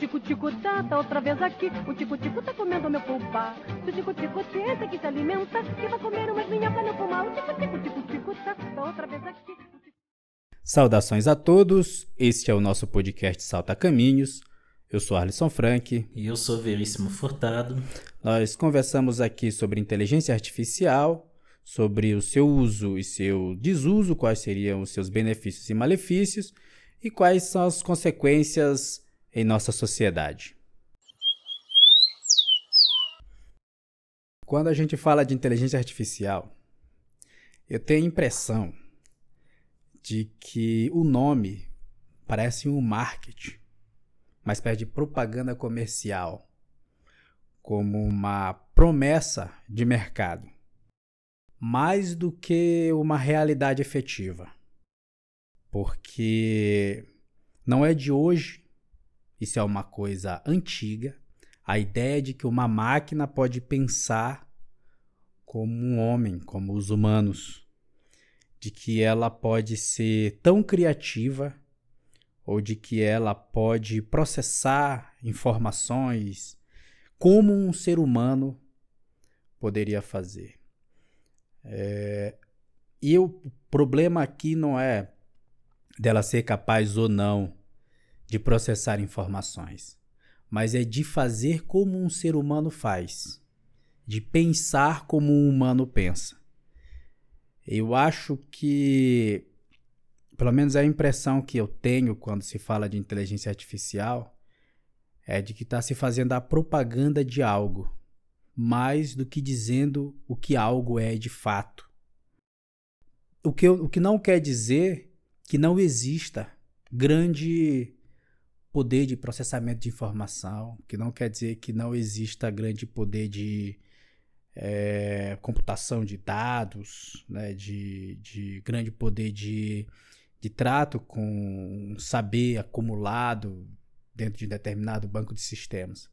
tico-tico tá outra vez aqui. O tico-tico tá comendo meu fubá. Se o tico-tico esse que se alimenta, que vai comer umas minhocas no fumar. O tico-tico tá outra vez aqui. Saudações a todos, este é o nosso podcast Salta Caminhos. Eu sou Alisson Frank. E eu sou Veríssimo Furtado. Nós conversamos aqui sobre inteligência artificial, sobre o seu uso e seu desuso, quais seriam os seus benefícios e malefícios e quais são as consequências em nossa sociedade. Quando a gente fala de inteligência artificial, eu tenho a impressão de que o nome parece um marketing, uma espécie de propaganda comercial, como uma promessa de mercado, mais do que uma realidade efetiva. Porque não é de hoje, isso é uma coisa antiga, a ideia de que uma máquina pode pensar como um homem, como os humanos, de que ela pode ser tão criativa ou de que ela pode processar informações como um ser humano poderia fazer. E o problema aqui não é dela ser capaz ou não de processar informações, mas é de fazer como um ser humano faz, de pensar como um humano pensa. Eu acho que, pelo menos a impressão que eu tenho quando se fala de inteligência artificial, é de que está se fazendo a propaganda de algo, mais do que dizendo o que algo é de fato. O que não quer dizer que não exista grande poder de processamento de informação, que não quer dizer que não exista grande poder de computação de dados, né, de grande poder de trato com saber acumulado dentro de determinado banco de sistemas.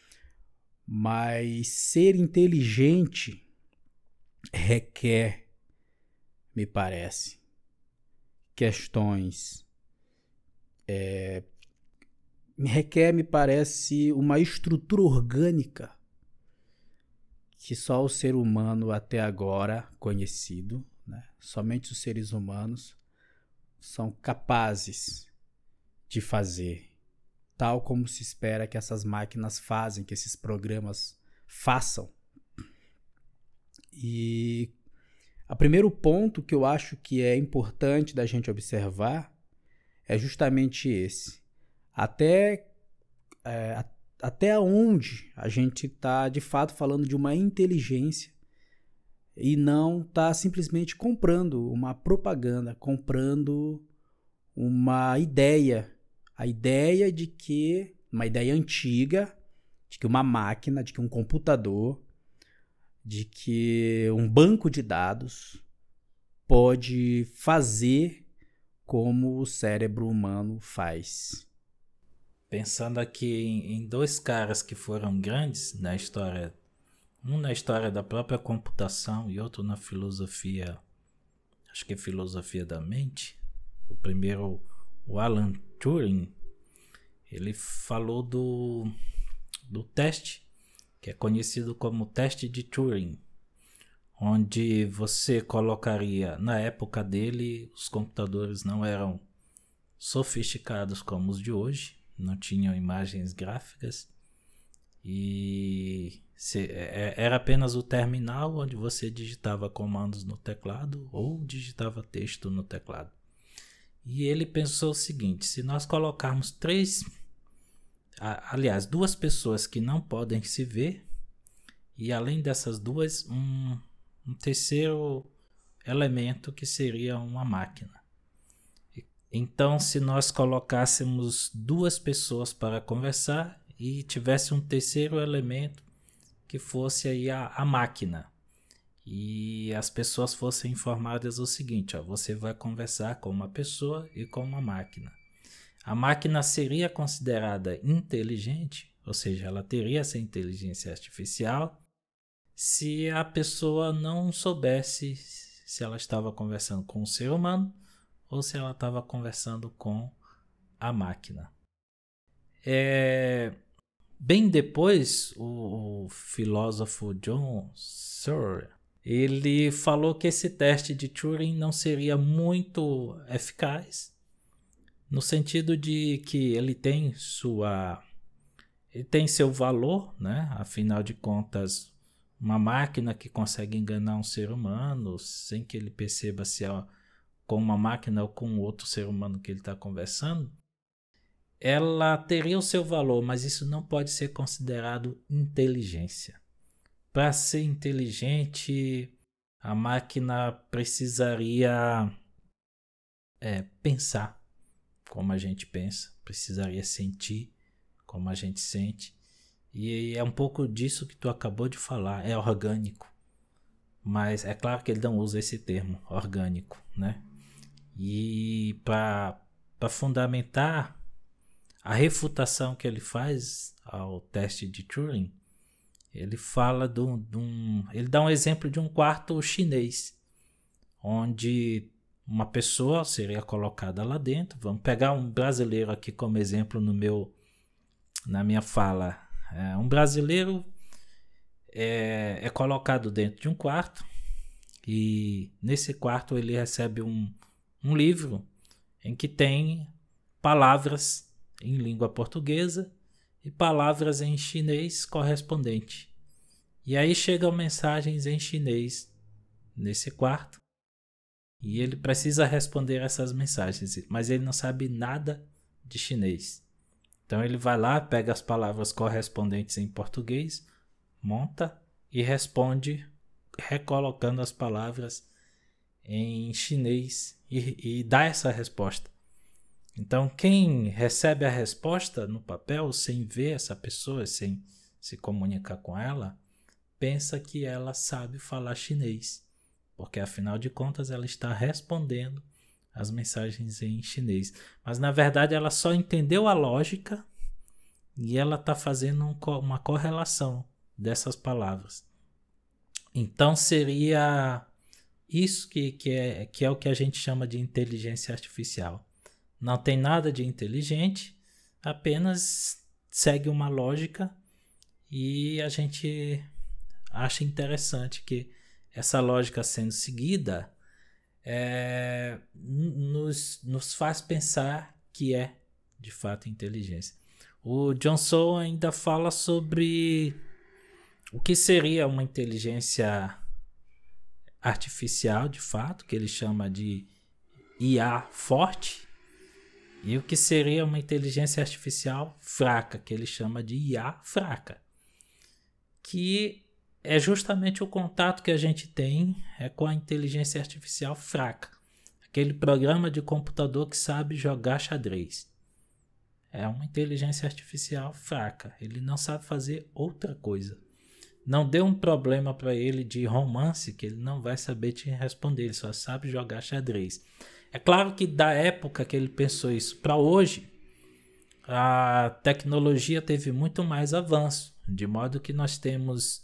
Mas ser inteligente requer, me parece, questões. Requer, me parece, uma estrutura orgânica que só o ser humano até agora conhecido, né? Somente os seres humanos são capazes de fazer, tal como se espera que essas máquinas fazem, que esses programas façam. E o primeiro ponto que eu acho que é importante da gente observar é justamente esse. Até onde a gente está, de fato, falando de uma inteligência e não está simplesmente comprando uma propaganda, comprando uma ideia. A ideia de que, uma ideia antiga, de que uma máquina, de que um computador, de que um banco de dados pode fazer como o cérebro humano faz. Pensando aqui em dois caras que foram grandes na história, um na história da própria computação e outro na filosofia, acho que é filosofia da mente. O primeiro, o Alan Turing, ele falou do teste, que é conhecido como teste de Turing, onde você colocaria, na época dele, os computadores não eram sofisticados como os de hoje, não tinham imagens gráficas e era apenas o terminal onde você digitava comandos no teclado ou digitava texto no teclado. E ele pensou o seguinte: se nós colocarmos duas pessoas que não podem se ver, e além dessas duas, um terceiro elemento que seria uma máquina. Então, se nós colocássemos duas pessoas para conversar e tivesse um terceiro elemento que fosse aí a máquina, e as pessoas fossem informadas o seguinte: você vai conversar com uma pessoa e com uma máquina. A máquina seria considerada inteligente, ou seja, ela teria essa inteligência artificial, se a pessoa não soubesse se ela estava conversando com um ser humano ou se ela estava conversando com a máquina. Bem depois, o filósofo John Searle, ele falou que esse teste de Turing não seria muito eficaz, no sentido de que ele tem seu valor, né? Afinal de contas, uma máquina que consegue enganar um ser humano sem que ele perceba se é com uma máquina ou com outro ser humano que ele está conversando, ela teria o seu valor, mas isso não pode ser considerado inteligência. Para ser inteligente, a máquina precisaria pensar como a gente pensa, precisaria sentir como a gente sente. E é um pouco disso que tu acabou de falar, é orgânico. Mas é claro que ele não usa esse termo, orgânico, né? E para fundamentar a refutação que ele faz ao teste de Turing, ele fala ele dá um exemplo de um quarto chinês, onde uma pessoa seria colocada lá dentro. Vamos pegar um brasileiro aqui como exemplo na minha fala. Um brasileiro é colocado dentro de um quarto, e nesse quarto ele recebe um livro em que tem palavras em língua portuguesa e palavras em chinês correspondente. E aí chegam mensagens em chinês nesse quarto e ele precisa responder essas mensagens, mas ele não sabe nada de chinês. Então ele vai lá, pega as palavras correspondentes em português, monta e responde recolocando as palavras em chinês e dá essa resposta. Então quem recebe a resposta no papel, sem ver essa pessoa, sem se comunicar com ela, pensa que ela sabe falar chinês, porque afinal de contas ela está respondendo as mensagens em chinês. Mas na verdade ela só entendeu a lógica e ela está fazendo uma correlação dessas palavras. Então seria isso que é o que a gente chama de inteligência artificial. Não tem nada de inteligente, apenas segue uma lógica, e a gente acha interessante que essa lógica sendo seguida nos faz pensar que é de fato inteligência. O John Searle ainda fala sobre o que seria uma inteligência artificial de fato, que ele chama de IA forte, e o que seria uma inteligência artificial fraca, que ele chama de IA fraca, que é justamente o contato que a gente tem com a inteligência artificial fraca, aquele programa de computador que sabe jogar xadrez. É uma inteligência artificial fraca, ele não sabe fazer outra coisa. Não dê um problema para ele de romance que ele não vai saber te responder, ele só sabe jogar xadrez. É claro que da época que ele pensou isso para hoje, a tecnologia teve muito mais avanço, de modo que nós temos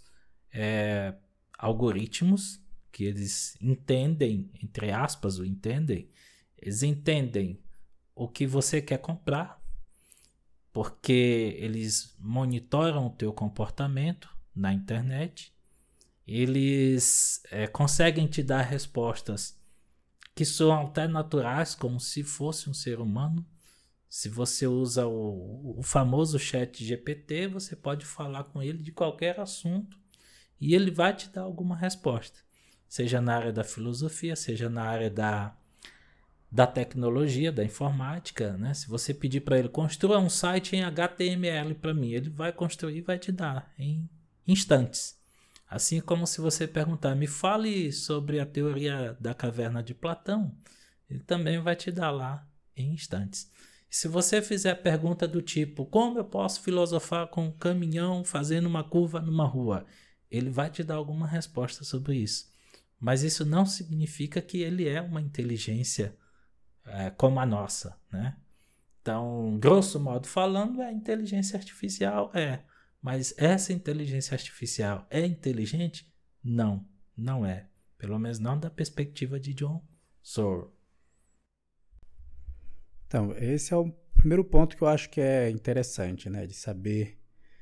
algoritmos que eles entendem, entre aspas, eles entendem o que você quer comprar, porque eles monitoram o teu comportamento na internet, eles conseguem te dar respostas que são até naturais, como se fosse um ser humano. Se você usa o famoso chat GPT, você pode falar com ele de qualquer assunto e ele vai te dar alguma resposta, seja na área da filosofia, seja na área da tecnologia, da informática, né? Se você pedir para ele construa um site em HTML para mim, ele vai construir e vai te dar em instantes. Assim como se você perguntar, me fale sobre a teoria da caverna de Platão, ele também vai te dar lá em instantes. E se você fizer a pergunta do tipo, como eu posso filosofar com um caminhão fazendo uma curva numa rua? Ele vai te dar alguma resposta sobre isso. Mas isso não significa que ele é uma inteligência como a nossa, né? Então, grosso modo falando, a inteligência artificial mas essa inteligência artificial é inteligente? Não, não é. Pelo menos não da perspectiva de John Searle. Então, esse é o primeiro ponto que eu acho que é interessante, né, de saber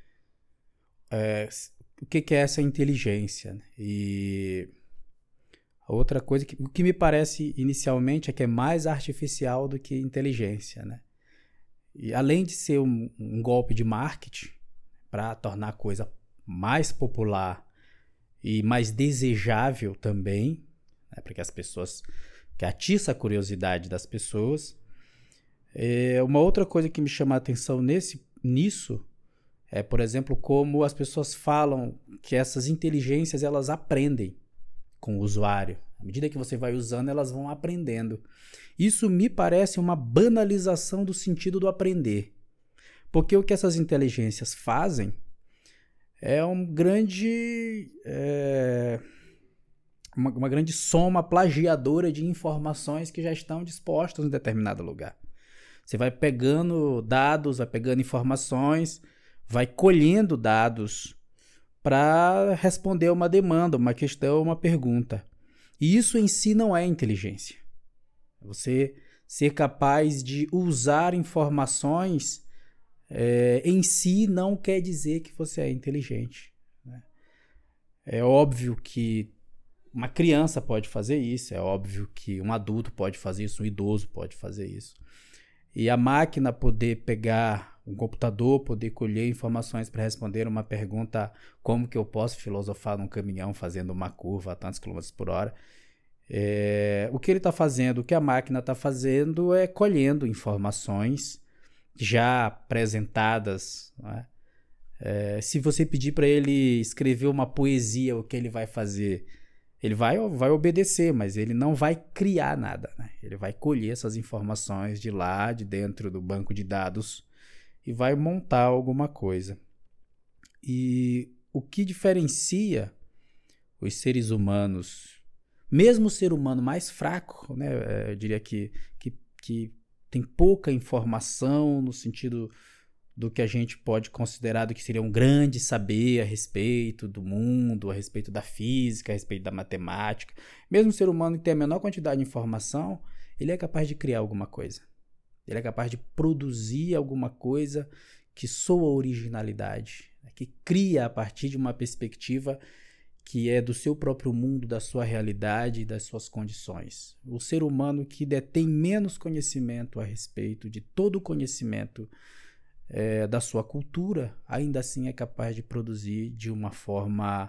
o que é essa inteligência, né? E a outra coisa, o que me parece inicialmente é que é mais artificial do que inteligência, né? E além de ser um golpe de marketing para tornar a coisa mais popular e mais desejável também, né, para que as pessoas, que atiça a curiosidade das pessoas. Uma outra coisa que me chama a atenção nisso é, por exemplo, como as pessoas falam que essas inteligências elas aprendem com o usuário. À medida que você vai usando, elas vão aprendendo. Isso me parece uma banalização do sentido do aprender. Porque o que essas inteligências fazem é uma grande soma plagiadora de informações que já estão dispostas em determinado lugar. Você vai pegando dados, vai pegando informações, vai colhendo dados para responder uma demanda, uma questão, uma pergunta. E isso em si não é inteligência. Você ser capaz de usar informações em si não quer dizer que você é inteligente, né? É óbvio que uma criança pode fazer isso, é óbvio que um adulto pode fazer isso, um idoso pode fazer isso. E a máquina poder pegar um computador, poder colher informações para responder uma pergunta, como que eu posso filosofar num caminhão fazendo uma curva a tantos quilômetros por hora? O que ele está fazendo, o que a máquina está fazendo é colhendo informações já apresentadas, né? Se você pedir para ele escrever uma poesia, o que ele vai fazer? Ele vai obedecer, mas ele não vai criar nada, né? Ele vai colher essas informações de lá, de dentro do banco de dados e vai montar alguma coisa. E o que diferencia os seres humanos, mesmo o ser humano mais fraco, né? Eu diria que tem pouca informação no sentido do que a gente pode considerar do que seria um grande saber a respeito do mundo, a respeito da física, a respeito da matemática. Mesmo o ser humano que tem a menor quantidade de informação, ele é capaz de criar alguma coisa. Ele é capaz de produzir alguma coisa que soa originalidade, que cria a partir de uma perspectiva que é do seu próprio mundo, da sua realidade e das suas condições. O ser humano que detém menos conhecimento a respeito de todo o conhecimento da sua cultura, ainda assim é capaz de produzir de uma forma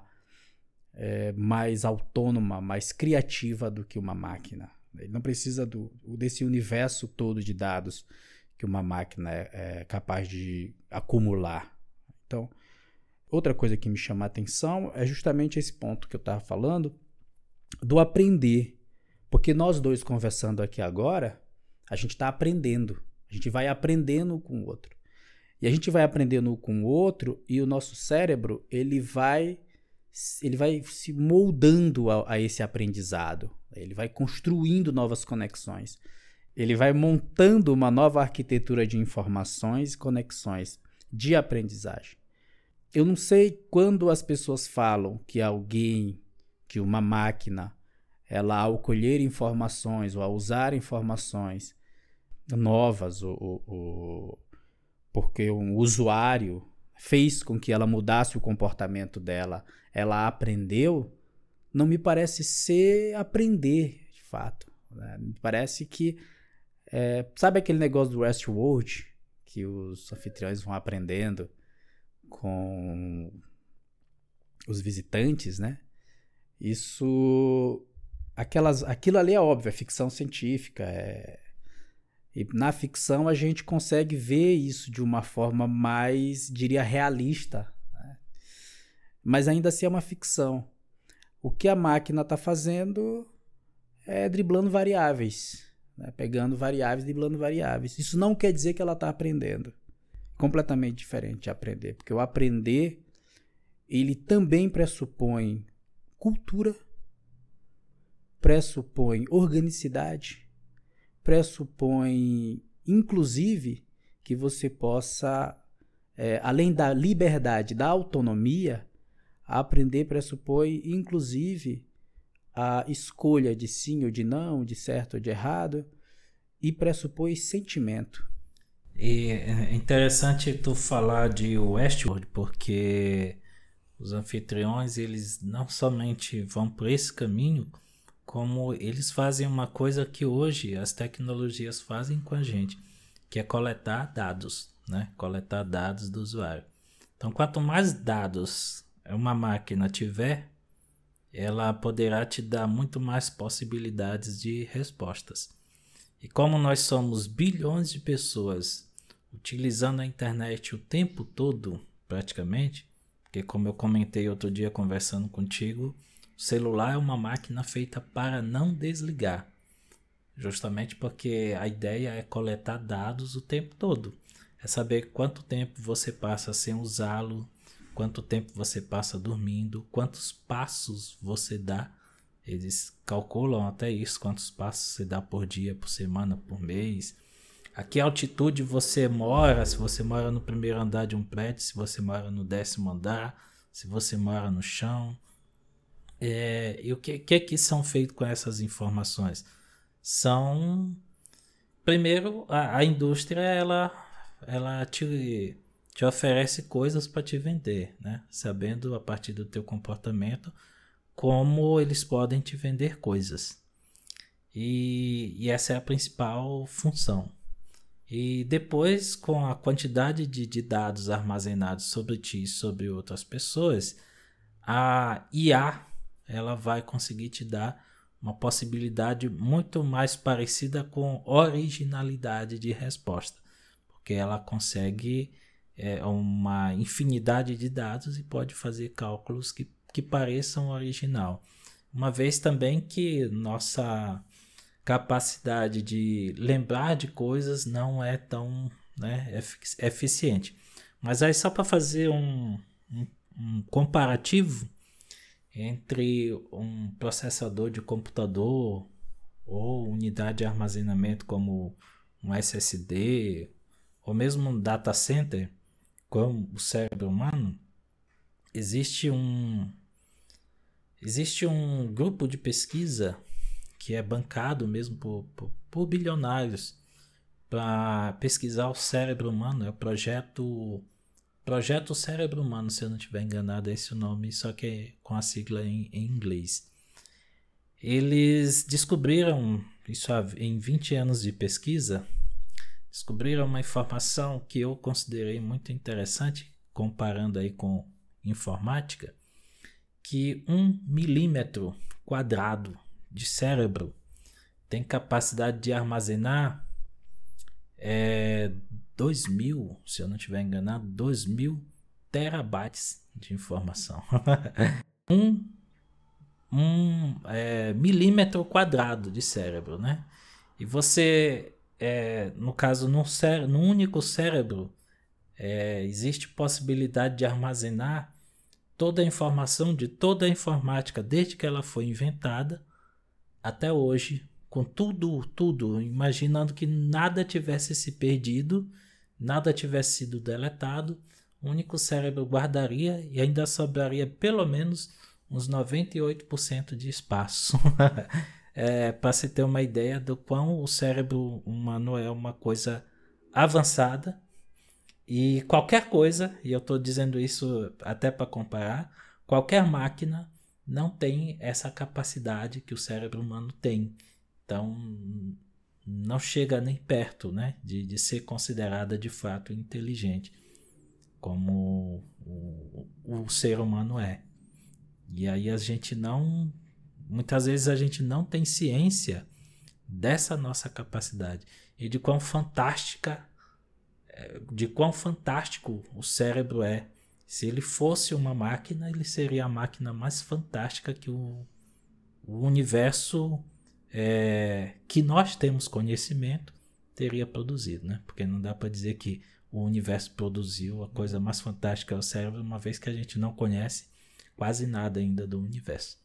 mais autônoma, mais criativa do que uma máquina. Ele não precisa desse universo todo de dados que uma máquina é capaz de acumular. Então, outra coisa que me chama a atenção é justamente esse ponto que eu estava falando, do aprender. Porque nós dois conversando aqui agora, a gente está aprendendo. A gente vai aprendendo com o outro. E a gente vai aprendendo com o outro e o nosso cérebro ele vai se moldando a esse aprendizado. Ele vai construindo novas conexões. Ele vai montando uma nova arquitetura de informações e conexões de aprendizagem. Eu não sei quando as pessoas falam que uma máquina, ela ao colher informações ou ao usar informações novas porque um usuário fez com que ela mudasse o comportamento dela, ela aprendeu, não me parece ser aprender, de fato, né? Me parece que, sabe aquele negócio do Westworld, que os anfitriões vão aprendendo com os visitantes, né? Aquilo ali é óbvio, é ficção científica, e na ficção a gente consegue ver isso de uma forma mais, diria, realista, né? Mas ainda assim é uma ficção. O que a máquina está fazendo é driblando variáveis, né? Pegando variáveis, driblando variáveis. Isso não quer dizer que ela está aprendendo. Completamente diferente de aprender. Porque o aprender, ele também pressupõe cultura, pressupõe organicidade, pressupõe, inclusive, que você possa, além da liberdade, da autonomia, aprender pressupõe, inclusive, a escolha de sim ou de não, de certo ou de errado, e pressupõe sentimento. E é interessante tu falar de Westworld, porque os anfitriões, eles não somente vão por esse caminho, como eles fazem uma coisa que hoje as tecnologias fazem com a gente, que é coletar dados, né? Coletar dados do usuário. Então, quanto mais dados uma máquina tiver, ela poderá te dar muito mais possibilidades de respostas. E como nós somos bilhões de pessoas utilizando a internet o tempo todo, praticamente, porque como eu comentei outro dia conversando contigo, o celular é uma máquina feita para não desligar. Justamente porque a ideia é coletar dados o tempo todo. É saber quanto tempo você passa sem usá-lo, quanto tempo você passa dormindo, quantos passos você dá. Eles calculam até isso, quantos passos você dá por dia, por semana, por mês. A que altitude você mora, se você mora no primeiro andar de um prédio, se você mora no 10º andar, se você mora no chão. E o que são feitos com essas informações? São, primeiro, a indústria ela te oferece coisas para te vender, né? Sabendo a partir do teu comportamento como eles podem te vender coisas. E essa é a principal função. E depois, com a quantidade de dados armazenados sobre ti e sobre outras pessoas, a IA ela vai conseguir te dar uma possibilidade muito mais parecida com originalidade de resposta, porque ela consegue uma infinidade de dados e pode fazer cálculos que pareçam original. Uma vez também que nossa capacidade de lembrar de coisas não é tão, né, eficiente. Mas aí só para fazer um comparativo entre um processador de computador ou unidade de armazenamento como um SSD ou mesmo um data center como o cérebro humano, existe um grupo de pesquisa que é bancado mesmo por bilionários para pesquisar o cérebro humano. É o projeto Cérebro Humano, se eu não estiver enganado, é esse o nome, só que é com a sigla em inglês. Eles descobriram, isso em 20 anos de pesquisa, descobriram uma informação que eu considerei muito interessante, comparando aí com informática, que 1 milímetro quadrado de cérebro tem capacidade de armazenar 2.000, se eu não estiver enganado, 2.000 terabytes de informação. Milímetro quadrado de cérebro, né? E você, no caso, no único cérebro, existe possibilidade de armazenar toda a informação de toda a informática, desde que ela foi inventada até hoje, com tudo, imaginando que nada tivesse se perdido, nada tivesse sido deletado, o único cérebro guardaria e ainda sobraria pelo menos uns 98% de espaço. Para se ter uma ideia do quão o cérebro humano é uma coisa avançada. E qualquer coisa, e eu estou dizendo isso até para comparar, qualquer máquina não tem essa capacidade que o cérebro humano tem. Então, não chega nem perto, né, de ser considerada de fato inteligente, como o ser humano é. E aí muitas vezes a gente não tem ciência dessa nossa capacidade e de quão fantástico o cérebro é. Se ele fosse uma máquina, ele seria a máquina mais fantástica que o universo que nós temos conhecimento teria produzido, né? Porque não dá para dizer que o universo produziu a coisa mais fantástica é o cérebro, uma vez que a gente não conhece quase nada ainda do universo.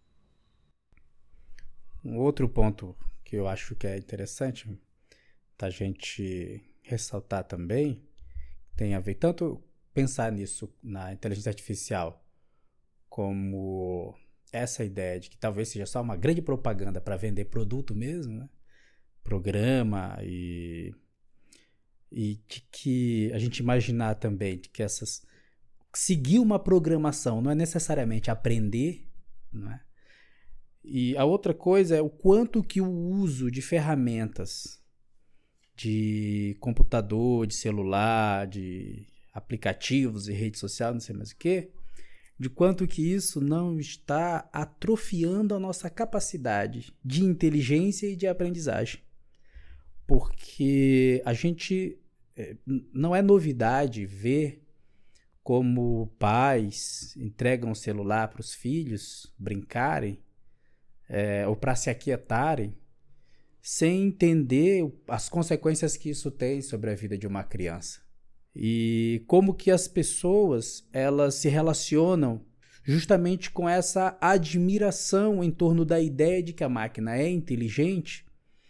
Um outro ponto que eu acho que é interessante da gente ressaltar também, tem a ver tanto pensar nisso na inteligência artificial como essa ideia de que talvez seja só uma grande propaganda para vender produto mesmo, né? Programa e e de que a gente imaginar também de que seguir uma programação não é necessariamente aprender, não é? E a outra coisa é o quanto que o uso de ferramentas de computador, de celular, de aplicativos e rede social, não sei mais o que, de quanto que isso não está atrofiando a nossa capacidade de inteligência e de aprendizagem. Porque a gente não é novidade ver como pais entregam o celular para os filhos brincarem ou para se aquietarem sem entender as consequências que isso tem sobre a vida de uma criança. E como que as pessoas elas se relacionam justamente com essa admiração em torno da ideia de que a máquina é inteligente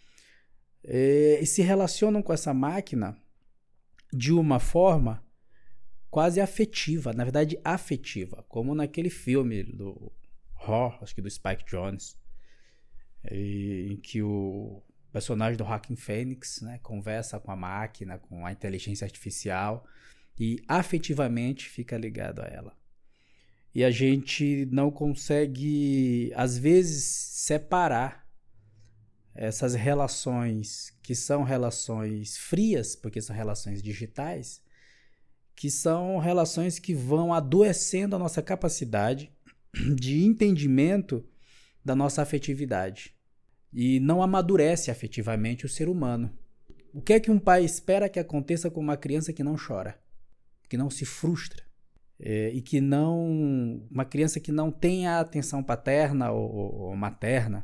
e se relacionam com essa máquina de uma forma quase afetiva, na verdade afetiva, como naquele filme do Horror, acho que do Spike Jonze, em que o personagem do Joaquin Phoenix, né, conversa com a máquina, com a inteligência artificial e afetivamente fica ligado a ela. E a gente não consegue, às vezes, separar essas relações que são relações frias, porque são relações digitais, que são relações que vão adoecendo a nossa capacidade de entendimento da nossa afetividade. E não amadurece afetivamente o ser humano. O que é que um pai espera que aconteça com uma criança que não chora, que não se frustra, e que não... uma criança que não tem a atenção paterna ou materna?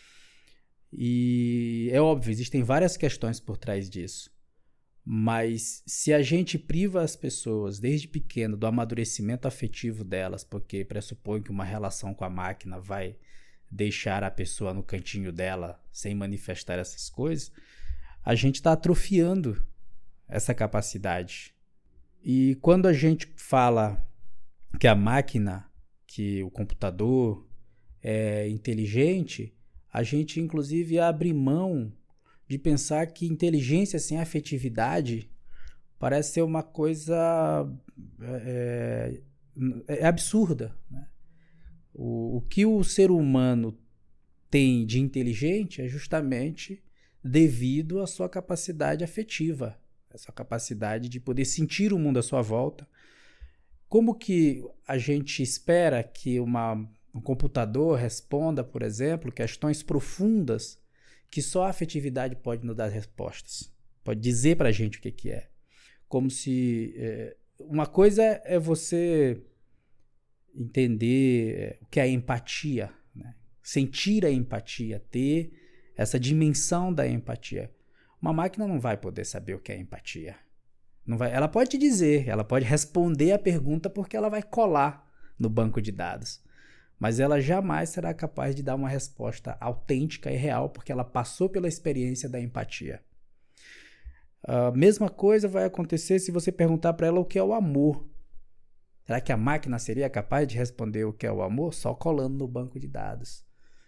E é óbvio, existem várias questões por trás disso. Mas se a gente priva as pessoas desde pequeno do amadurecimento afetivo delas, porque pressupõe que uma relação com a máquina vai deixar a pessoa no cantinho dela sem manifestar essas coisas, a gente está atrofiando essa capacidade. E quando a gente fala que a máquina, que o computador é inteligente, a gente inclusive abre mão de pensar que inteligência sem afetividade parece ser uma coisa absurda, né? O que o ser humano tem de inteligente é justamente devido à sua capacidade afetiva, a sua capacidade de poder sentir o mundo à sua volta. Como que a gente espera que um computador responda, por exemplo, questões profundas que só a afetividade pode nos dar respostas, pode dizer pra gente o que é? Como se... uma coisa é você entender o que é a empatia, né? Sentir a empatia, ter essa dimensão da empatia. Uma máquina não vai poder saber o que é empatia. Não vai, ela pode te dizer, ela pode responder a pergunta porque ela vai colar no banco de dados. Mas ela jamais será capaz de dar uma resposta autêntica e real porque ela passou pela experiência da empatia. A mesma coisa vai acontecer se você perguntar para ela o que é o amor. Será que a máquina seria capaz de responder o que é o amor? Só colando no banco de dados.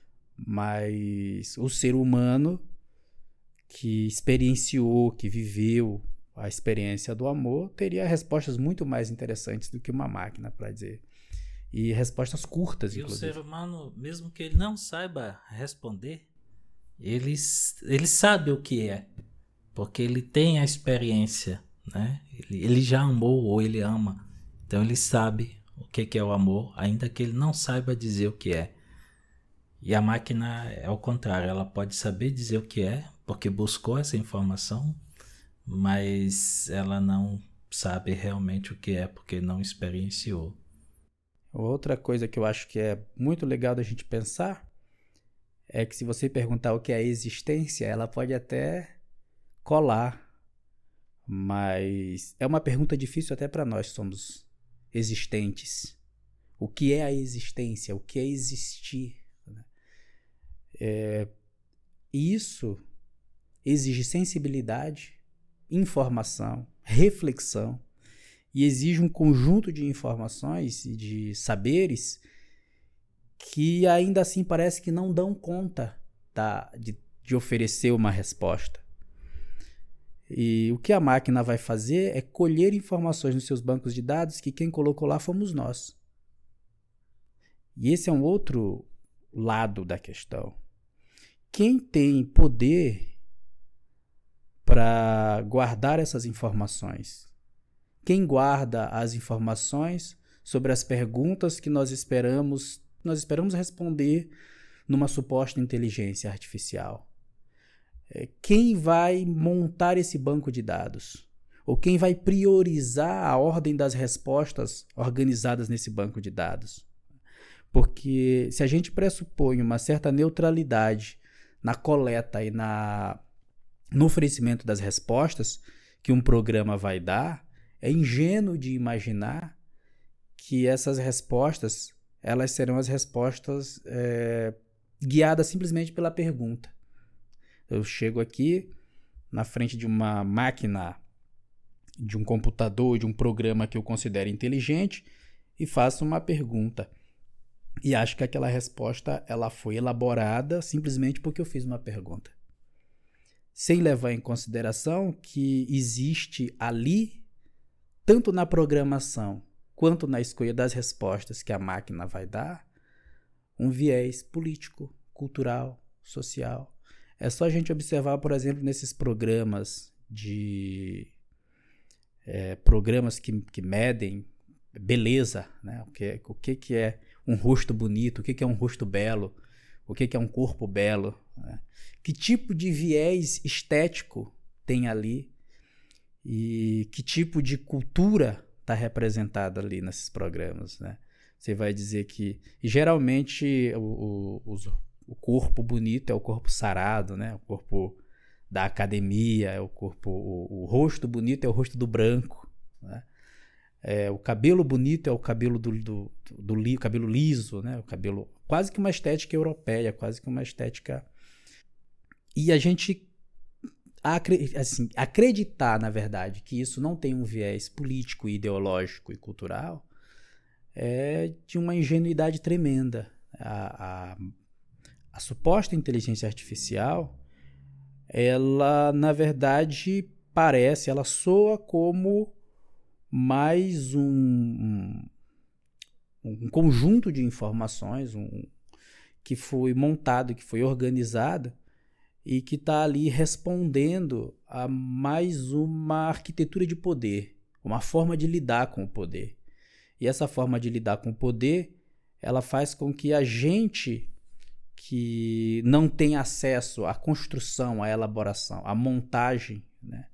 Mas o ser humano que experienciou, que viveu a experiência do amor, teria respostas muito mais interessantes do que uma máquina para dizer. E respostas curtas, inclusive. E o ser humano, mesmo que ele não saiba responder, ele sabe o que é. Porque ele tem a experiência, né? Ele já amou ou ele ama. Então ele sabe o que é o amor, ainda que ele não saiba dizer o que é. E a máquina é o contrário, ela pode saber dizer o que é, porque buscou essa informação, mas ela não sabe realmente o que é, porque não experienciou. Outra coisa que eu acho que é muito legal da gente pensar é que se você perguntar o que é a existência, ela pode até colar, mas é uma pergunta difícil até para nós, somos existentes. O que é a existência? O que é existir? Isso exige sensibilidade, informação, reflexão, e exige um conjunto de informações e de saberes que ainda assim parece que não dão conta de oferecer uma resposta. E o que a máquina vai fazer é colher informações nos seus bancos de dados que quem colocou lá fomos nós. E esse é um outro lado da questão. Quem tem poder para guardar essas informações? Quem guarda as informações sobre as perguntas que nós esperamos responder numa suposta inteligência artificial? Quem vai montar esse banco de dados? Ou quem vai priorizar a ordem das respostas organizadas nesse banco de dados? Porque se a gente pressupõe uma certa neutralidade na coleta e no oferecimento das respostas que um programa vai dar, é ingênuo de imaginar que essas respostas elas serão as respostas guiadas simplesmente pela pergunta. Eu chego aqui na frente de uma máquina, de um computador, de um programa que eu considero inteligente e faço uma pergunta. E acho que aquela resposta ela foi elaborada simplesmente porque eu fiz uma pergunta. Sem levar em consideração que existe ali, tanto na programação quanto na escolha das respostas que a máquina vai dar, um viés político, cultural, social. É só a gente observar, por exemplo, nesses programas programas que medem beleza, né? O que é um rosto bonito, o que é um rosto belo, o que é um corpo belo, né? Que tipo de viés estético tem ali e que tipo de cultura está representada ali nesses programas, né? Você vai dizer que geralmente o corpo bonito é o corpo sarado, né? O corpo da academia, é o rosto bonito é o rosto do branco, né? O cabelo bonito é o cabelo cabelo liso, né? O cabelo, quase que uma estética europeia, quase que uma estética. E a gente acreditar, na verdade, que isso não tem um viés político, ideológico e cultural é de uma ingenuidade tremenda. A suposta inteligência artificial, ela, na verdade, ela soa como mais um conjunto de informações que foi montado, que foi organizado e que está ali respondendo a mais uma arquitetura de poder, uma forma de lidar com o poder. E essa forma de lidar com o poder, ela faz com que a gente que não tem acesso à construção, à elaboração, à montagem, né,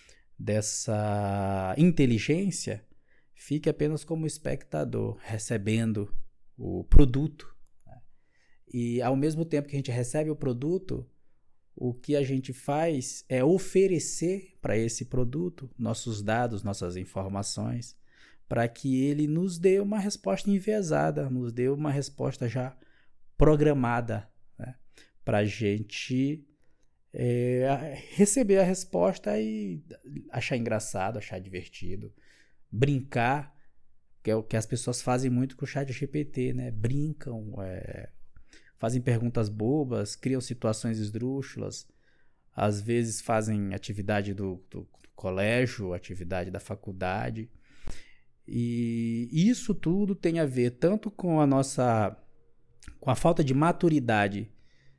dessa inteligência, fique apenas como espectador, recebendo o produto. Né? E ao mesmo tempo que a gente recebe o produto, o que a gente faz é oferecer para esse produto nossos dados, nossas informações, para que ele nos dê uma resposta enviesada, nos dê uma resposta já programada, né? Para a gente receber a resposta e achar engraçado, achar divertido, brincar, que é o que as pessoas fazem muito com o ChatGPT, né? Brincam, fazem perguntas bobas, criam situações esdrúxulas, às vezes fazem atividade do colégio, atividade da faculdade. E isso tudo tem a ver tanto com a falta de maturidade,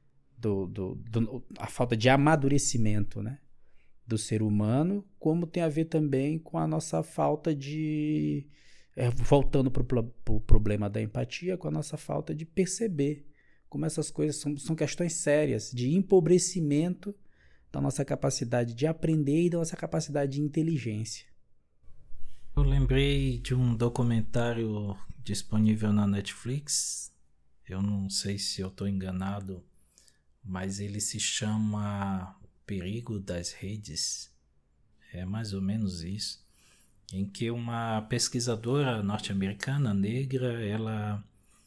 a falta de amadurecimento, né, do ser humano, como tem a ver também com a nossa falta de... voltando para o problema da empatia, com a nossa falta de perceber como essas coisas são questões sérias de empobrecimento da nossa capacidade de aprender e da nossa capacidade de inteligência. Eu lembrei de um documentário disponível na Netflix, eu não sei se eu estou enganado, mas ele se chama O Perigo das Redes, é mais ou menos isso, em que uma pesquisadora norte-americana negra, ela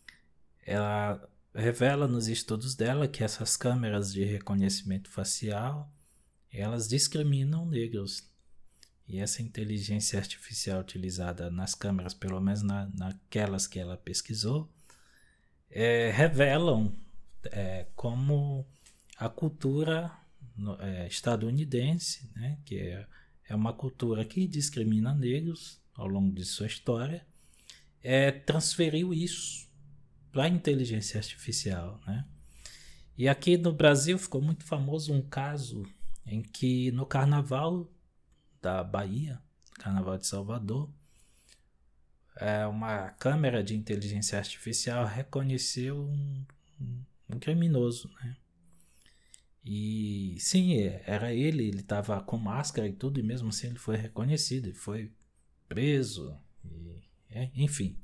revela nos estudos dela que essas câmeras de reconhecimento facial, elas discriminam negros. E essa inteligência artificial utilizada nas câmeras, pelo menos naquelas que ela pesquisou, revelam como a cultura estadunidense, né, que é uma cultura que discrimina negros ao longo de sua história, transferiu isso para a inteligência artificial, né? E aqui no Brasil ficou muito famoso um caso em que no Carnaval da Bahia, Carnaval de Salvador, uma câmera de inteligência artificial reconheceu um criminoso, né? E sim, era ele estava com máscara e tudo, e mesmo assim ele foi reconhecido, ele foi preso, enfim.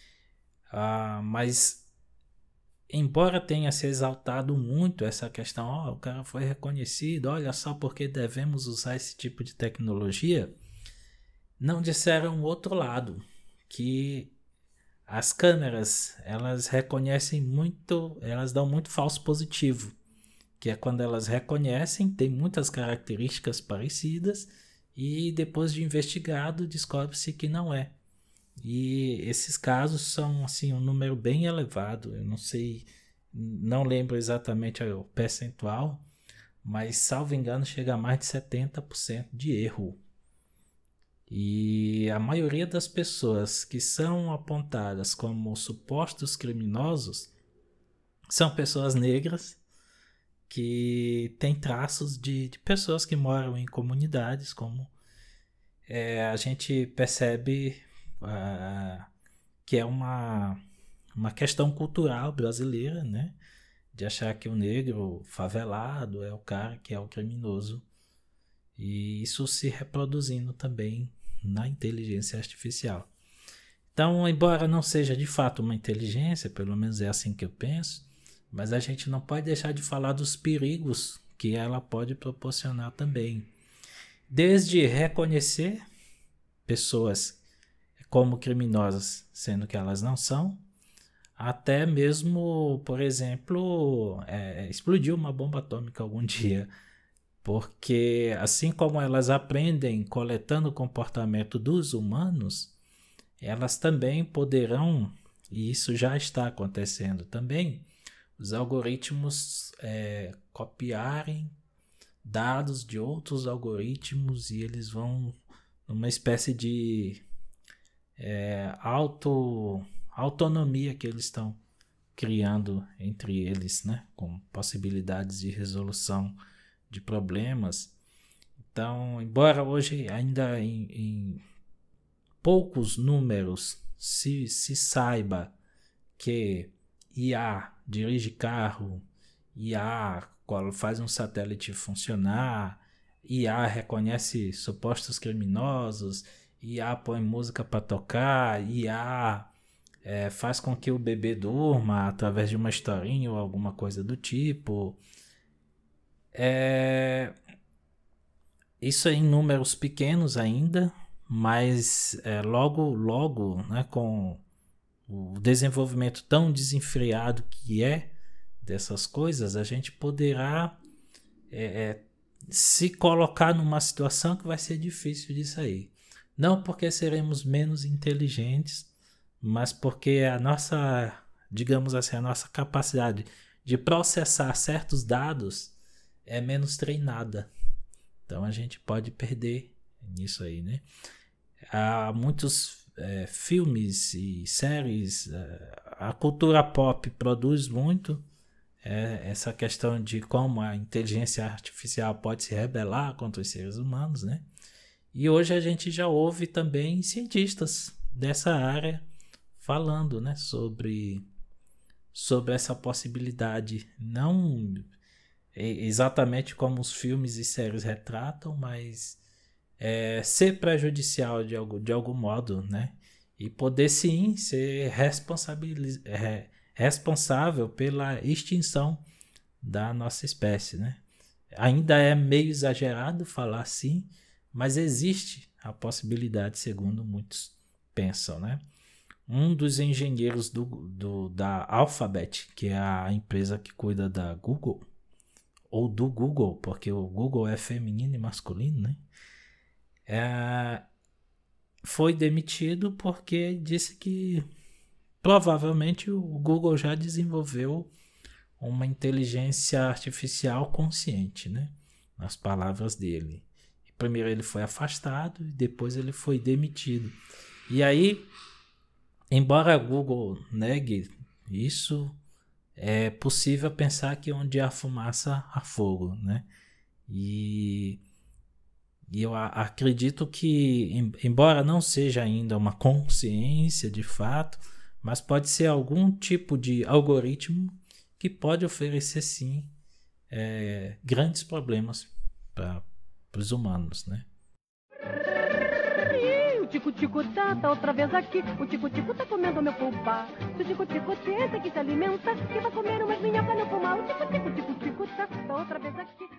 Mas embora tenha se exaltado muito essa questão, o cara foi reconhecido, olha só porque devemos usar esse tipo de tecnologia, não disseram o outro lado, que as câmeras, elas reconhecem muito, elas dão muito falso positivo, que é quando elas reconhecem, tem muitas características parecidas e depois de investigado descobre-se que não é. E esses casos são assim um número bem elevado, eu não sei, não lembro exatamente o percentual, mas salvo engano chega a mais de 70% de erro. E a maioria das pessoas que são apontadas como supostos criminosos são pessoas negras que têm traços de pessoas que moram em comunidades, como a gente percebe que é uma questão cultural brasileira, né? De achar que o negro favelado é o cara que é o criminoso. E isso se reproduzindo também na inteligência artificial. Então, embora não seja de fato uma inteligência, pelo menos é assim que eu penso, mas a gente não pode deixar de falar dos perigos que ela pode proporcionar também. Desde reconhecer pessoas como criminosas, sendo que elas não são, até mesmo, por exemplo, explodir uma bomba atômica algum dia. Porque assim como elas aprendem coletando o comportamento dos humanos, elas também poderão, e isso já está acontecendo também, os algoritmos copiarem dados de outros algoritmos e eles vão numa espécie de autonomia que eles estão criando entre eles, né? Com possibilidades de resolução de problemas. Então, embora hoje ainda em poucos números se saiba que IA dirige carro, IA faz um satélite funcionar, IA reconhece supostos criminosos, IA põe música para tocar, IA faz com que o bebê durma através de uma historinha ou alguma coisa do tipo. Isso é em números pequenos ainda, mas logo, né, com o desenvolvimento tão desenfreado que dessas coisas, a gente poderá se colocar numa situação que vai ser difícil de sair. Não porque seremos menos inteligentes, mas porque a nossa, digamos assim, a nossa capacidade de processar certos dados é menos treinada. Então a gente pode perder nisso aí, né? Há muitos filmes e séries, a cultura pop produz muito essa questão de como a inteligência artificial pode se rebelar contra os seres humanos, né? E hoje a gente já ouve também cientistas dessa área falando, né, sobre essa possibilidade, não exatamente como os filmes e séries retratam, mas ser prejudicial de algum modo, né? E poder sim ser responsável pela extinção da nossa espécie, né? Ainda é meio exagerado falar assim, mas existe a possibilidade, segundo muitos pensam, né? Um dos engenheiros da Alphabet, que é a empresa que cuida da Google, ou do Google, porque o Google é feminino e masculino, né? Foi demitido porque disse que provavelmente o Google já desenvolveu uma inteligência artificial consciente, né? nas palavras dele. Primeiro ele foi afastado e depois ele foi demitido. E aí, embora a Google negue isso, é possível pensar que onde há fumaça há fogo, né? E eu acredito que, embora não seja ainda uma consciência de fato, mas pode ser algum tipo de algoritmo que pode oferecer sim grandes problemas para os humanos, né? O tico-tico tá outra vez aqui. O tico-tico tá comendo meu fubá. Se o tico-tico esse que se alimenta, que vai comer umas minhocas no fumar. O tico-tico tá outra vez aqui.